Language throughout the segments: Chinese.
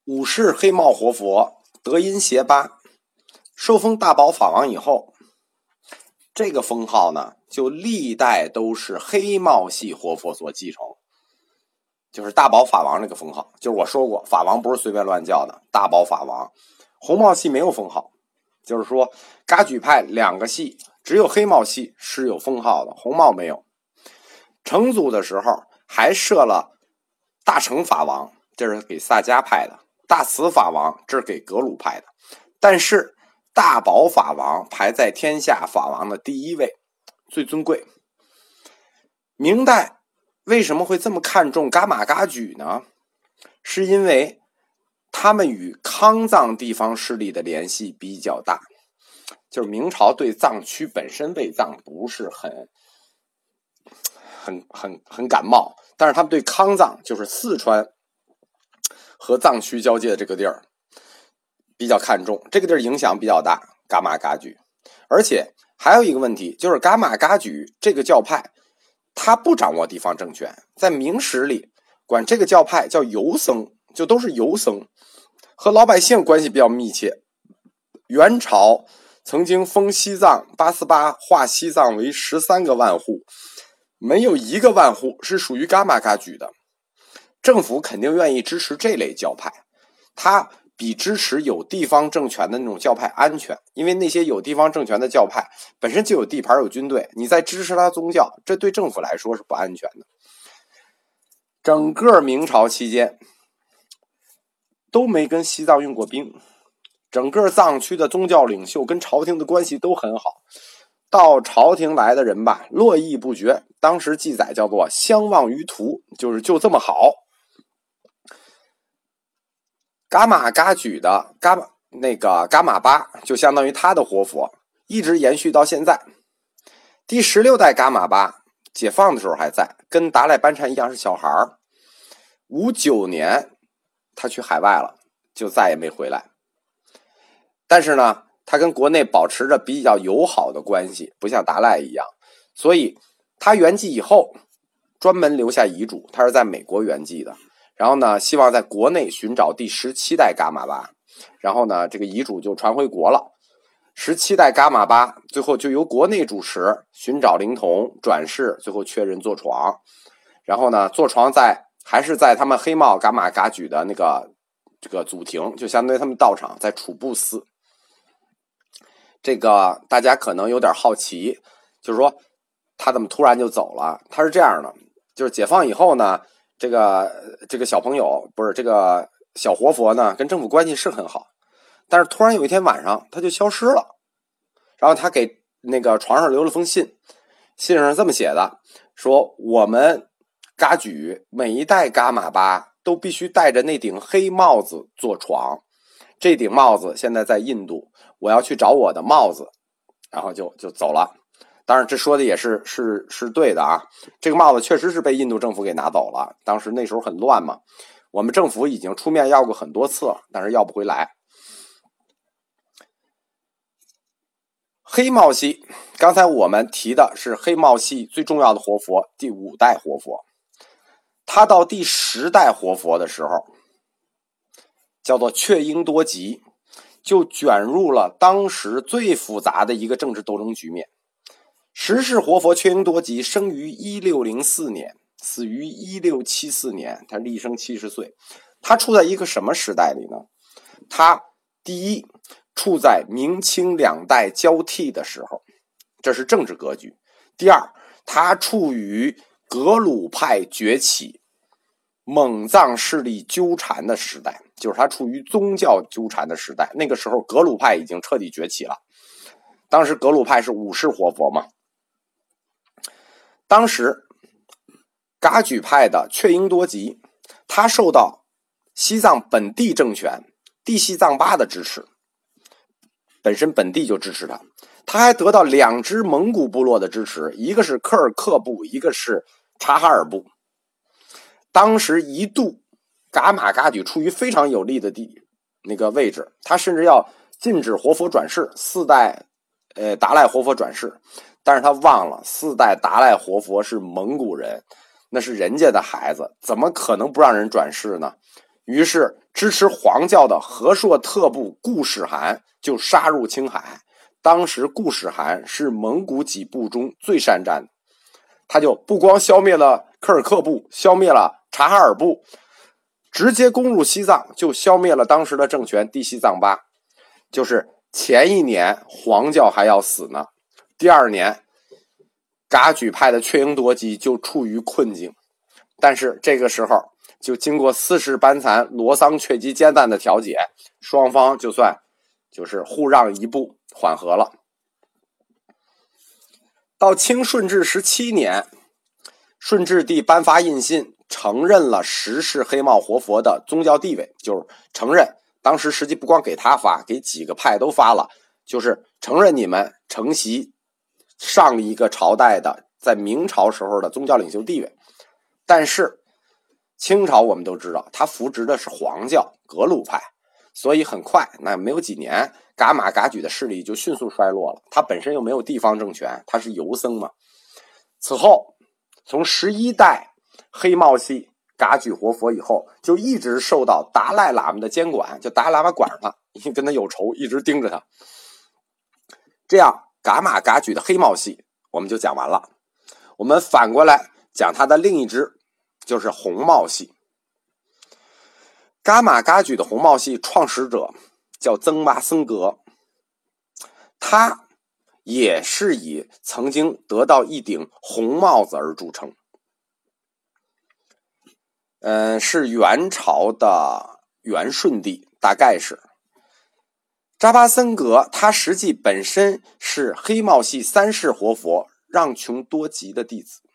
五世黑帽活佛德音协巴受封大宝法王以后，这个封号呢就历代都是黑帽系活佛所继承，就是大宝法王这个封号。就是我说过，法王不是随便乱叫的，大宝法王。红帽系没有封号，就是说噶举派两个系只有黑帽系是有封号的，红帽没有。成祖的时候还设了大成法王，这是给萨迦派的，大慈法王这是给格鲁派的，但是大宝法王排在天下法王的第一位，最尊贵。明代为什么会这么看重噶玛噶举呢？是因为他们与康藏地方势力的联系比较大，就是明朝对藏区本身卫藏不是很感冒，但是他们对康藏，就是四川和藏区交界的这个地儿比较看重，这个地儿影响比较大，噶玛噶举。而且还有一个问题，就是噶玛噶举这个教派他不掌握地方政权，在明史里管这个教派叫游僧，就都是游僧，和老百姓关系比较密切。元朝曾经封西藏848划西藏为13个万户，没有一个万户是属于噶玛噶举的。政府肯定愿意支持这类教派，它比支持有地方政权的那种教派安全，因为那些有地方政权的教派本身就有地盘有军队，你再支持他宗教，这对政府来说是不安全的。整个明朝期间都没跟西藏用过兵，整个藏区的宗教领袖跟朝廷的关系都很好，到朝廷来的人吧络绎不绝，当时记载叫做相忘于途，就这么好。噶玛噶举的噶玛巴就相当于他的活佛，一直延续到现在。第16代噶玛巴解放的时候还在，跟达赖班禅一样是小孩。59年他去海外了，就再也没回来。但是呢，他跟国内保持着比较友好的关系，不像达赖一样，所以他圆寂以后专门留下遗嘱，他是在美国圆寂的。然后呢，希望在国内寻找第17代噶玛巴，然后呢，这个遗嘱就传回国了。17代噶玛巴最后就由国内主持，寻找灵童转世，最后确认坐床。然后呢，坐床还是在他们黑帽噶玛噶举的这个祖庭，就相当于他们道场在楚布寺。这个大家可能有点好奇，就是说他怎么突然就走了？他是这样的，就是解放以后呢，这个小朋友不是这个小活佛呢，跟政府关系是很好，但是突然有一天晚上他就消失了。然后他给那个床上留了封信，信上这么写的，说我们噶举每一代噶玛巴都必须戴着那顶黑帽子坐床，这顶帽子现在在印度，我要去找我的帽子，然后就走了。当然这说的也是对的啊，这个帽子确实是被印度政府给拿走了，当时那时候很乱嘛，我们政府已经出面要过很多次了，但是要不回来。黑帽系，刚才我们提的是黑帽系最重要的活佛第5代活佛，他到第10代活佛的时候叫做阙英多吉，就卷入了当时最复杂的一个政治斗争局面。10世活佛阙英多吉生于1604年，死于1674年，他历生70岁。他处在一个什么时代里呢？他第一处在明清两代交替的时候，这是政治格局。第二，他处于格鲁派崛起、蒙藏势力纠缠的时代，就是他处于宗教纠缠的时代。那个时候格鲁派已经彻底崛起了，当时格鲁派是5世活佛嘛。当时噶举派的阙英多吉，他受到西藏本地政权地西藏巴的支持，本身本地就支持他，他还得到2支蒙古部落的支持，一个是科尔克部，一个是察哈尔部。当时一度噶玛噶举处于非常有利的那个位置，他甚至要禁止活佛转世，4代达赖活佛转世，但是他忘了4代达赖活佛是蒙古人，那是人家的孩子，怎么可能不让人转世呢？ 于是支持黄教的和硕特部顾始汗就杀入青海。当时顾始汗是蒙古几部中最善战的，他就不光消灭了科尔克部，消灭了察哈尔部，直接攻入西藏，就消灭了当时的政权地西藏巴。就是前一年黄教还要死呢，第二年噶举派的雀鹰夺击就处于困境。但是这个时候就经过四世班禅罗桑却吉艰难的调解，双方就算就是互让一步，缓和了。到清顺治17年，顺治帝颁发印信，承认了10世黑帽活佛的宗教地位，就是承认，当时实际不光给他发，给几个派都发了，就是承认你们承袭上一个朝代的在明朝时候的宗教领袖地位。但是清朝我们都知道，他扶植的是黄教格鲁派，所以很快，那没有几年，噶玛噶举的势力就迅速衰落了。他本身又没有地方政权，他是游僧嘛。此后，从11代黑帽系噶举活佛以后，就一直受到达赖喇嘛的监管，就达赖喇嘛管着他，因为跟他有仇，一直盯着他。这样，噶玛噶举的黑帽系我们就讲完了。我们反过来讲他的另一支，就是红帽系。噶玛噶举的红帽系创始者叫曾巴僧格，他也是以曾经得到一顶红帽子而著称。是元朝的元顺帝，大概是扎巴僧格，他实际本身是黑帽系3世活佛让琼多吉的弟子，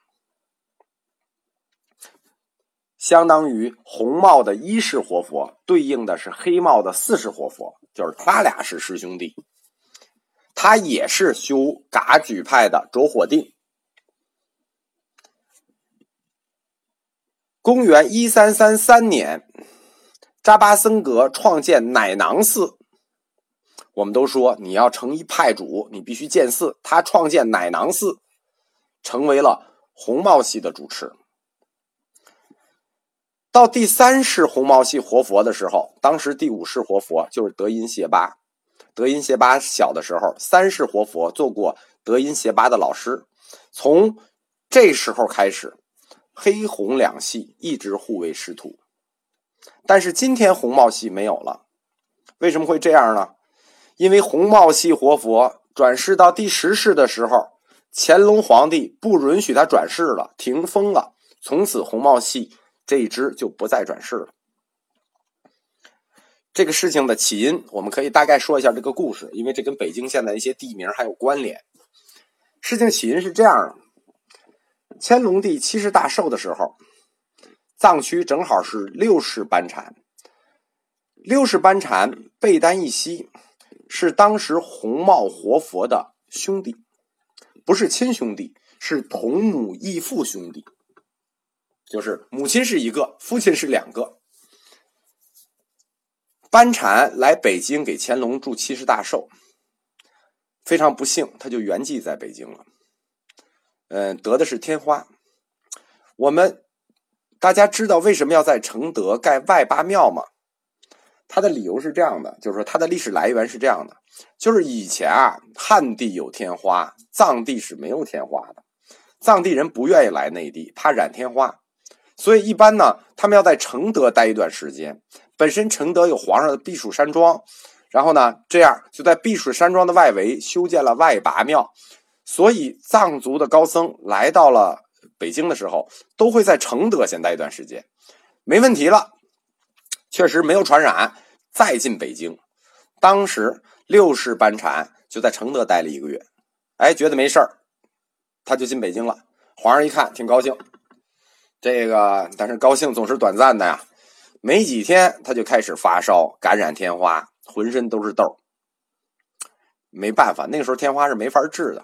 相当于红帽的1世活佛对应的是黑帽的4世活佛，就是他俩是师兄弟。他也是修噶举派的着火定。公元1333年，扎巴僧格创建乃囊寺。我们都说你要成一派主，你必须建寺。他创建乃囊寺，成为了红帽系的主持。到第3世红帽系活佛的时候，当时第5世活佛就是德音谢巴。德音谢巴小的时候，3世活佛做过德音谢巴的老师。从这时候开始，黑红两系一直互为师徒。但是今天红帽系没有了，为什么会这样呢？因为红帽系活佛转世到第10世的时候，乾隆皇帝不允许他转世了，停封了，从此红帽系这一支就不再转世了。这个事情的起因，我们可以大概说一下这个故事，因为这跟北京现在一些地名还有关联。事情起因是这样的，乾隆帝70大寿的时候，藏区正好是6世班禅。6世班禅贝丹一息是当时红帽活佛的兄弟，不是亲兄弟，是同母异父兄弟，就是母亲是一个，父亲是2个。班禅来北京给乾隆祝70大寿，非常不幸，他就圆寂在北京了。得的是天花。我们大家知道为什么要在承德盖外八庙吗？它的理由是这样的，就是说它的历史来源是这样的，就是以前汉地有天花，藏地是没有天花的，藏地人不愿意来内地，怕染天花，所以一般呢，他们要在承德待一段时间。本身承德有皇上的避暑山庄，然后呢，这样就在避暑山庄的外围修建了外拔庙，所以藏族的高僧来到了北京的时候，都会在承德先待一段时间，没问题了，确实没有传染，再进北京。当时6世班禅就在承德待了1个月，觉得没事儿，他就进北京了。皇上一看挺高兴，但是高兴总是短暂的呀。没几天他就开始发烧，感染天花，浑身都是痘。没办法，那个时候天花是没法治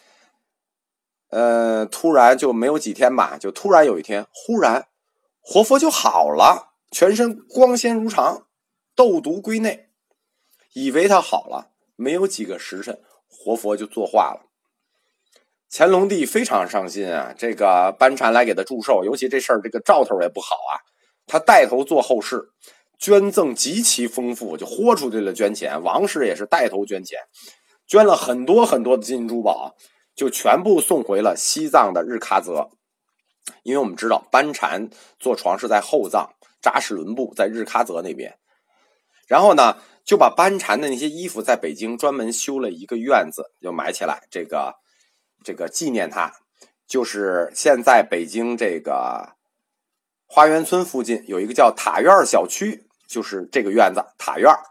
的。突然就没有几天吧，就突然有一天，忽然活佛就好了，全身光鲜如常，痘毒归内。以为他好了，没有几个时辰，活佛就作化了。乾隆帝非常伤心啊，这个班禅来给他祝寿，尤其这事儿这个兆头也不好啊。他带头做后事， 捐赠极其丰富，就豁出去了捐钱。王氏也是带头捐钱，捐了很多很多的金银珠宝，就全部送回了西藏的日喀则。因为我们知道班禅坐床是在后藏，扎什伦布在日喀则那边。然后呢，就把班禅的那些衣服在北京专门修了一个院子，就埋起来，这个纪念他。就是现在北京这个花园村附近有一个叫塔院小区，就是这个院子塔院。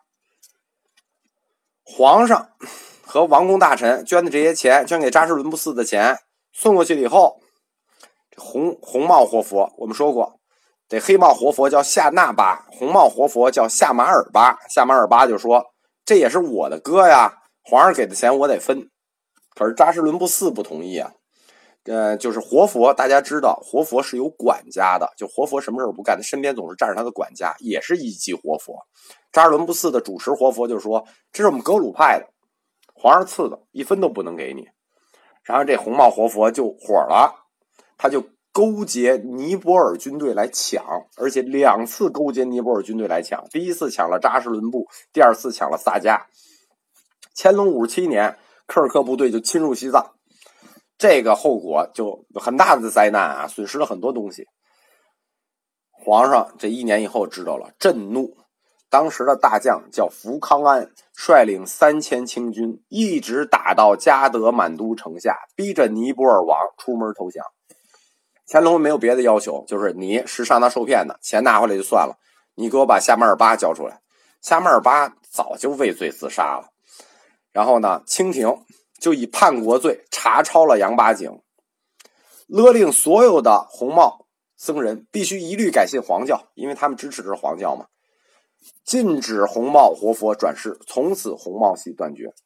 皇上和王公大臣捐的这些钱，捐给扎什伦布寺的钱送过去以后，这红帽活佛我们说过，这黑帽活佛叫夏那巴，红帽活佛叫夏马尔巴。夏马尔巴就说这也是我的哥呀，皇上给的钱我得分。可是扎什伦布寺不同意啊。就是活佛，大家知道活佛是有管家的，就活佛什么事不干，他身边总是站着他的管家，也是一级活佛。扎什伦布寺的主持活佛就说这是我们格鲁派的，皇上赐的，一分都不能给你。然后这红帽活佛就火了，他就勾结尼泊尔军队来抢，而且2次勾结尼泊尔军队来抢。第一次抢了扎什伦布，第2次抢了萨迦。乾隆57年，柯尔克部队就侵入西藏，这个后果就很大的灾难啊，损失了很多东西。皇上这1年以后知道了，震怒。当时的大将叫福康安，率领3000清军，一直打到加德满都城下，逼着尼泊尔王出门投降。乾隆没有别的要求，就是你是上当受骗的，钱拿回来就算了，你给我把夏马尔巴交出来。夏马尔巴早就畏罪自杀了。然后呢，清廷就以叛国罪查抄了杨八景，勒令所有的红帽僧人必须一律改信黄教，因为他们支持的是黄教嘛。禁止红帽活佛转世，从此红帽系断绝。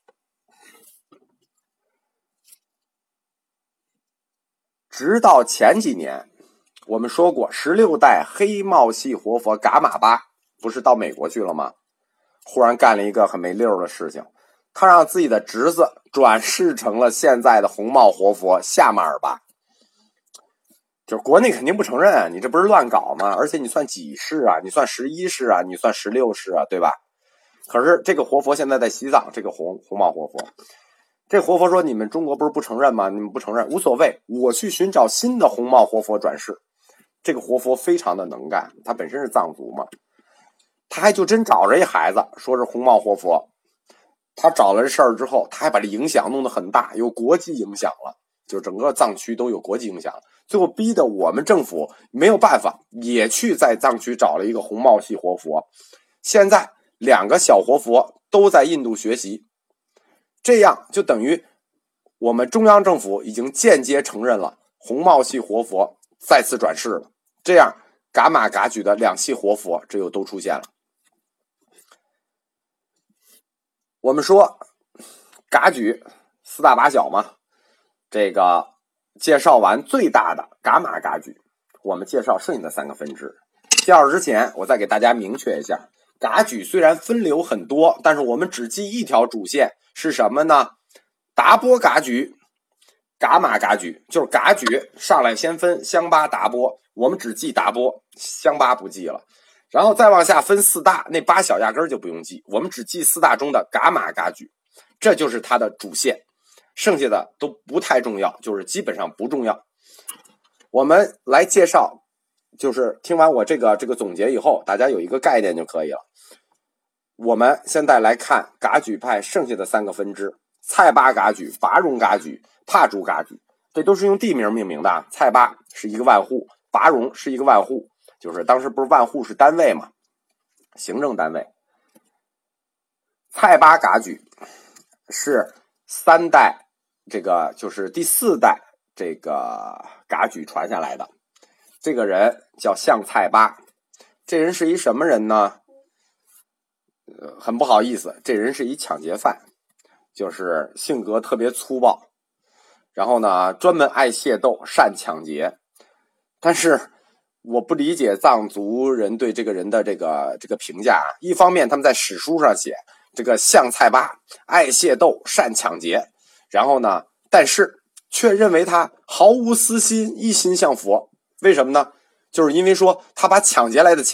直到前几年，我们说过16代黑帽系活佛噶玛巴不是到美国去了吗？忽然干了一个很没溜的事情，他让自己的侄子转世成了现在的红帽活佛夏马尔巴。就是国内肯定不承认啊，你这不是乱搞吗？而且你算几世啊？你算11世啊？你算16世啊？对吧？可是这个活佛现在在西藏，这个红帽活佛，这活佛说你们中国不是不承认吗？你们不承认无所谓，我去寻找新的红帽活佛转世。这个活佛非常的能干，他本身是藏族嘛，他还就真找着一孩子，说是红帽活佛。他找了这事儿之后，他还把这影响弄得很大，有国际影响了，就整个藏区都有国际影响。最后逼得我们政府没有办法，也去在藏区找了一个红帽系活佛。现在2个小活佛都在印度学习，这样就等于我们中央政府已经间接承认了红帽系活佛再次转世了。这样噶玛噶举的2系活佛这又都出现了。我们说噶举4大8小嘛，这个介绍完最大的噶玛噶举，我们介绍剩下的3个分支。介绍之前我再给大家明确一下，噶举虽然分流很多，但是我们只记一条主线是什么呢？达波噶举、噶玛噶举，就是噶举上来先分香巴达波，我们只记达波，香巴不记了。然后再往下分4大，那8小压根就不用记，我们只记4大中的噶玛噶举，这就是它的主线，剩下的都不太重要，就是基本上不重要。我们来介绍，就是听完我这个总结以后，大家有一个概念就可以了。我们现在来看噶举派剩下的3个分支：蔡巴噶举、拔荣噶举、帕竹噶举，这都是用地名命名的。蔡巴是一个万户，拔荣是一个万户，就是当时不是万户是单位嘛，行政单位。蔡巴噶举是3代，这个就是第4代这个噶举传下来的。这个人叫向蔡巴，这人是一什么人呢？很不好意思，这人是一抢劫犯，就是性格特别粗暴，然后呢专门爱械斗，善抢劫。但是我不理解藏族人对这个人的这个评价啊。一方面他们在史书上写这个向蔡巴爱械斗，善抢劫，然后呢但是却认为他毫无私心，一心向佛。为什么呢？就是因为说他把抢劫来的钱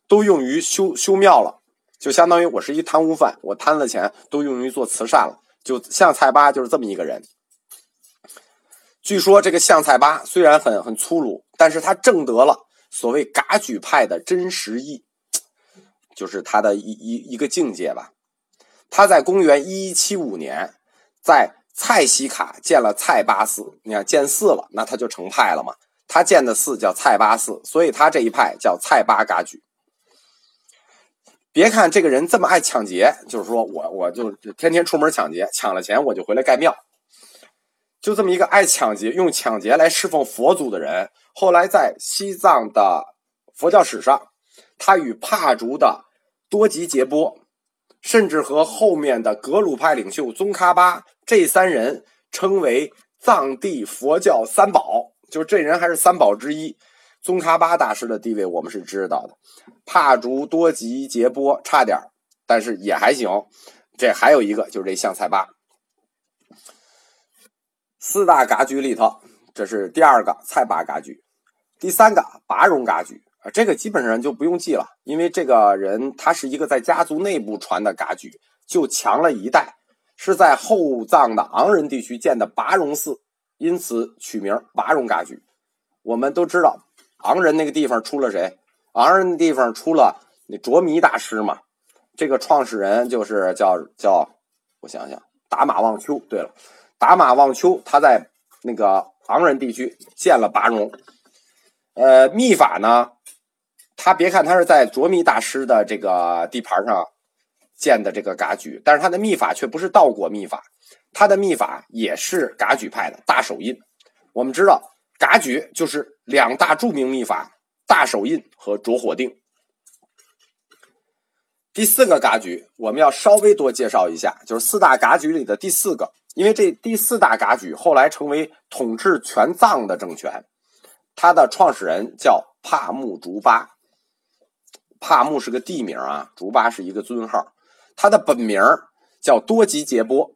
都用于修庙了，就相当于我是一贪污犯，我贪了钱都用于做慈善了。就向蔡八就是这么一个人。据说这个向蔡八虽然很粗鲁，但是他正得了所谓噶举派的真实意，就是他的一个境界吧。他在公元1175年在蔡西卡建了蔡八寺，你看建寺了，那他就成派了嘛。他建的寺叫蔡八寺，所以他这一派叫蔡八噶举。别看这个人这么爱抢劫，就是说我就天天出门抢劫，抢了钱我就回来盖庙，就这么一个爱抢劫，用抢劫来侍奉佛祖的人，后来在西藏的佛教史上，他与帕竹的多吉杰波，甚至和后面的格鲁派领袖宗喀巴这三人称为藏地佛教三宝，就是这人还是三宝之一。宗喀巴大师的地位我们是知道的，帕竹多吉杰波差点，但是也还行。这还有一个就是这向蔡八。四大噶举里头，这是第二个蔡八噶举，第三个拔荣噶举，这个基本上就不用记了，因为这个人他是一个在家族内部传的噶举，就强了一代，是在后藏的昂仁地区建的拔荣寺，因此取名拔荣噶举。我们都知道昂仁那个地方出了谁？昂仁的地方出了那卓弥大师嘛，这个创始人就是叫我想想，达玛旺丘。对了，达玛旺丘他在那个昂仁地区建了拔荣。密法呢，他别看他是在卓弥大师的这个地盘上建的这个噶举，但是他的密法却不是道果密法，他的密法也是噶举派的大手印。我们知道噶举就是两大著名密法，大手印和着火定。第四个噶举我们要稍微多介绍一下，就是四大噶举里的第四个，因为这第四大噶举后来成为统治全藏的政权，他的创始人叫帕木竹巴。帕木是个地名啊，竹巴是一个尊号，他的本名叫多吉杰波。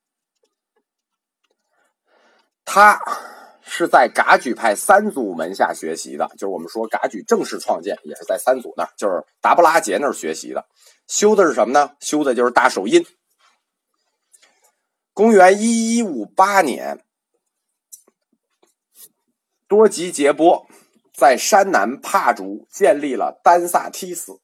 他是在噶举派三祖门下学习的，就是我们说噶举正式创建也是在三祖那儿，就是达布拉杰那儿学习的。修的是什么呢？修的就是大手印。公元1158年，多吉杰波在山南帕竹建立了丹萨梯寺，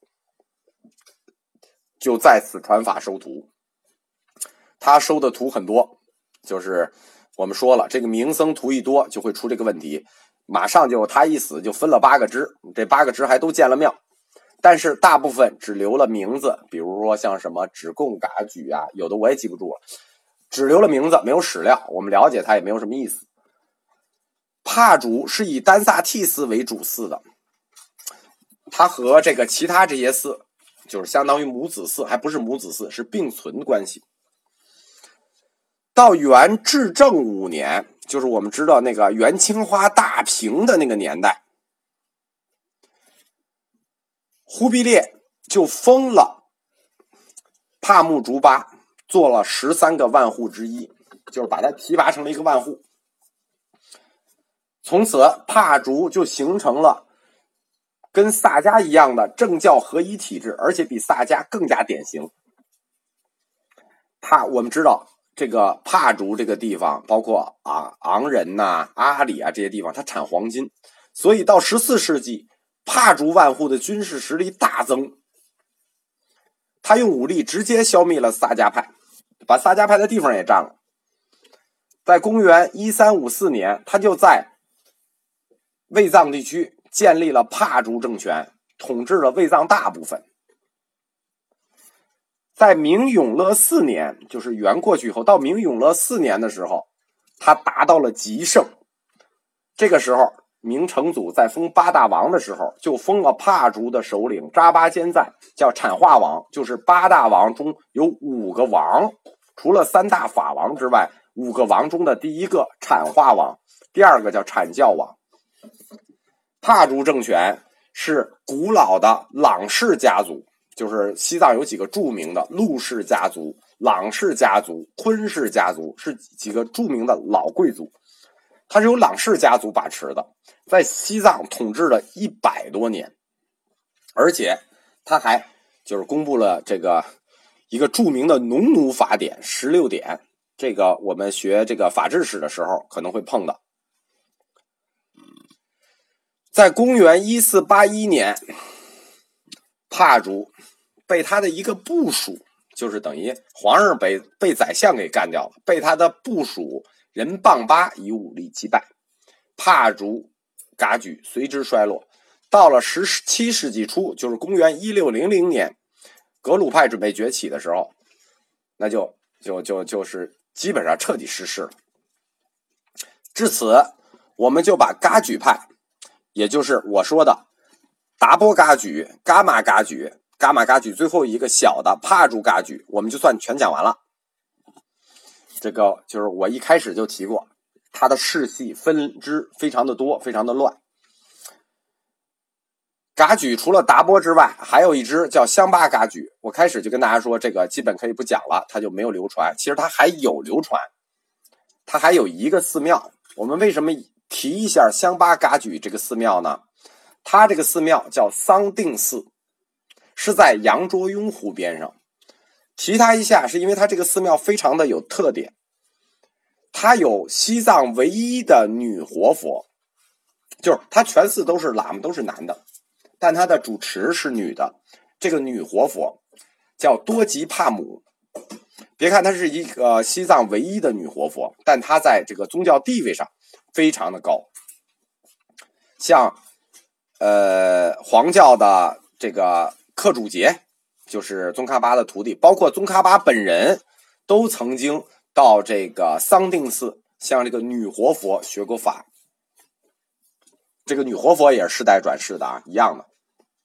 就在此传法收徒。他收的徒很多，就是我们说了，这个名僧徒一多就会出这个问题，马上就他一死就分了8个支，这8个支还都建了庙，但是大部分只留了名字，比如说像什么止贡噶举啊，有的我也记不住了，只留了名字没有史料，我们了解它也没有什么意思。帕竹是以丹萨梯寺为主寺的，它和这个其他这些寺就是相当于母子寺，还不是母子寺，是并存关系。到元至正5年，就是我们知道那个元青花大平的那个年代，忽必烈就封了帕木竹巴，做了13个万户之一，就是把他提拔成了一个万户。从此帕竹就形成了跟萨迦一样的政教合一体制，而且比萨迦更加典型。我们知道这个帕竹这个地方，包括昂仁呐、阿里啊这些地方，它产黄金，所以到14世纪，帕竹万户的军事实力大增。他用武力直接消灭了萨迦派，把萨迦派的地方也占了。在公元1354年，他就在卫藏地区建立了帕竹政权，统治了卫藏大部分。在明永乐4年，就是元过去以后，到明永乐4年的时候，他达到了极盛。这个时候，明成祖在封8大王的时候，就封了帕竹的首领扎巴坚赞叫产化王，就是8大王中有5个王，除了3大法王之外，5个王中的第一个产化王，第二个叫产教王。帕竹政权是古老的朗氏家族，就是西藏有几个著名的陆氏家族、朗氏家族、昆氏家族，是几个著名的老贵族。它是由朗氏家族把持的，在西藏统治了100多年，而且他还就是公布了这个一个著名的农奴法典16点，这个我们学这个法制史的时候可能会碰到。在公元1481年，帕竹被他的一个部属，就是等于皇上被宰相给干掉了，被他的部属人棒巴以武力击败，帕竹噶举随之衰落。到了17世纪初，就是公元1600年，格鲁派准备崛起的时候，那就是基本上彻底失势了。至此，我们就把噶举派，也就是我说的达波噶举、噶玛噶举、噶玛噶举最后一个小的帕竹噶举，我们就算全讲完了。这个就是我一开始就提过，它的世系分支非常的多，非常的乱。噶举除了达波之外，还有一支叫香巴噶举。我开始就跟大家说，这个基本可以不讲了，它就没有流传。其实它还有流传，它还有一个寺庙。我们为什么提一下香巴噶举这个寺庙呢？它这个寺庙叫桑定寺，是在羊卓雍湖边上。提它一下，是因为它这个寺庙非常的有特点，它有西藏唯一的女活佛，就是它全寺都是喇嘛，都是男的。但他的主持是女的，这个女活佛叫多吉帕姆。别看她是一个西藏唯一的女活佛，但她在这个宗教地位上非常的高。像黄教的这个克主杰，就是宗喀巴的徒弟，包括宗喀巴本人都曾经到这个桑定寺向这个女活佛学过法。这个女活佛也是世代转世的一样的。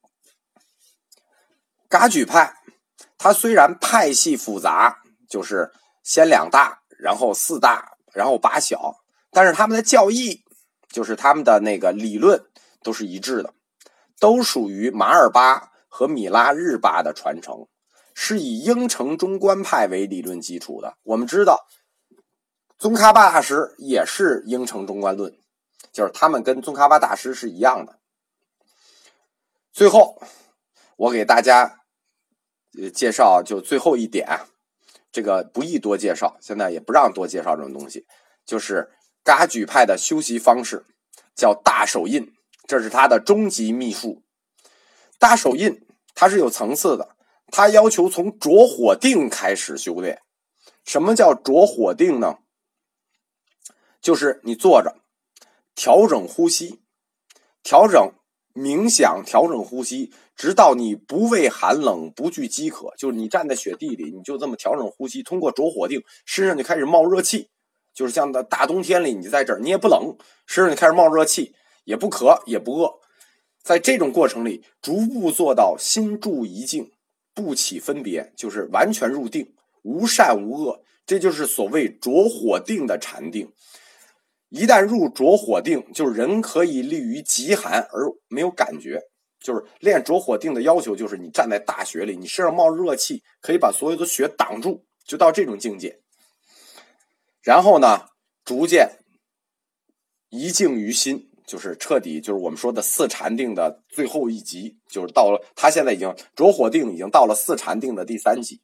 噶举派，它虽然派系复杂，就是先2大，然后4大，然后8小，但是他们的教义，就是他们的那个理论都是一致的，都属于马尔巴和米拉日巴的传承，是以应成中观派为理论基础的。我们知道宗喀巴大师也是应成中观论，就是他们跟宗喀巴大师是一样的。最后我给大家介绍就最后一点，这个不宜多介绍，现在也不让多介绍这种东西，就是噶举派的修习方式叫大手印，这是他的终极秘术。大手印它是有层次的，它要求从着火定开始修炼。什么叫着火定呢？就是你坐着调整呼吸，调整冥想，调整呼吸，直到你不畏寒冷，不惧饥渴。就是你站在雪地里，你就这么调整呼吸，通过着火定，身上就开始冒热气。就是像在大冬天里，你在这儿你也不冷，身上就开始冒热气，也不渴也不饿。在这种过程里，逐步做到心住一静，不起分别，就是完全入定，无善无恶。这就是所谓着火定的禅定。一旦入着火定，就是人可以立于极寒而没有感觉。就是练着火定的要求，就是你站在大雪里，你身上冒热气，可以把所有的雪挡住，就到这种境界。然后呢，逐渐一静于心，就是彻底，就是我们说的4禅定的最后一级，就是到了他现在已经着火定已经到了4禅定的第3级。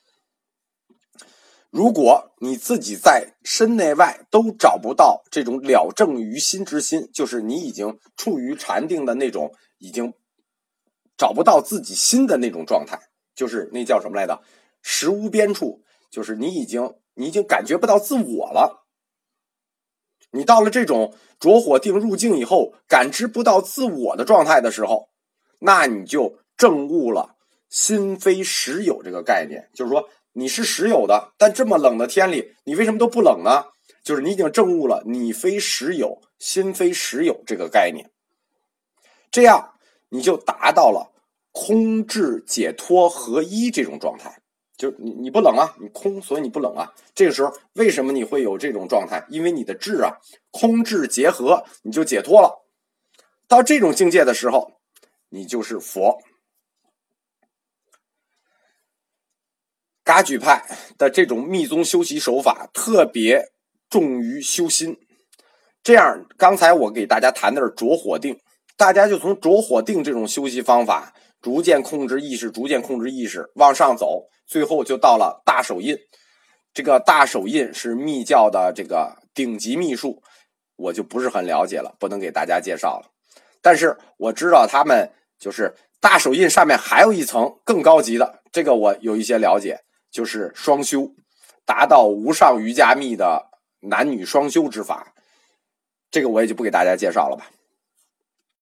如果你自己在身内外都找不到这种了正于心之心，就是你已经处于禅定的那种，已经找不到自己心的那种状态，就是那叫什么来着？识无边处，就是你已经感觉不到自我了。你到了这种着火定入境以后，感知不到自我的状态的时候，那你就证悟了心非实有这个概念。就是说你是实有的，但这么冷的天里，你为什么都不冷呢？就是你已经证悟了你非实有，心非实有这个概念。这样你就达到了空智解脱合一这种状态。就是你不冷啊，你空，所以你不冷啊。这个时候为什么你会有这种状态？因为你的智啊，空智结合，你就解脱了。到这种境界的时候，你就是佛。噶举派的这种密宗修习手法特别重于修心。这样，刚才我给大家谈的是着火定，大家就从着火定这种修习方法逐渐控制意识，逐渐控制意识，往上走，最后就到了大手印。这个大手印是密教的这个顶级秘术，我就不是很了解了，不能给大家介绍了。但是我知道他们就是大手印上面还有一层更高级的，这个我有一些了解，就是双修，达到无上瑜伽密的男女双修之法，这个我也就不给大家介绍了吧。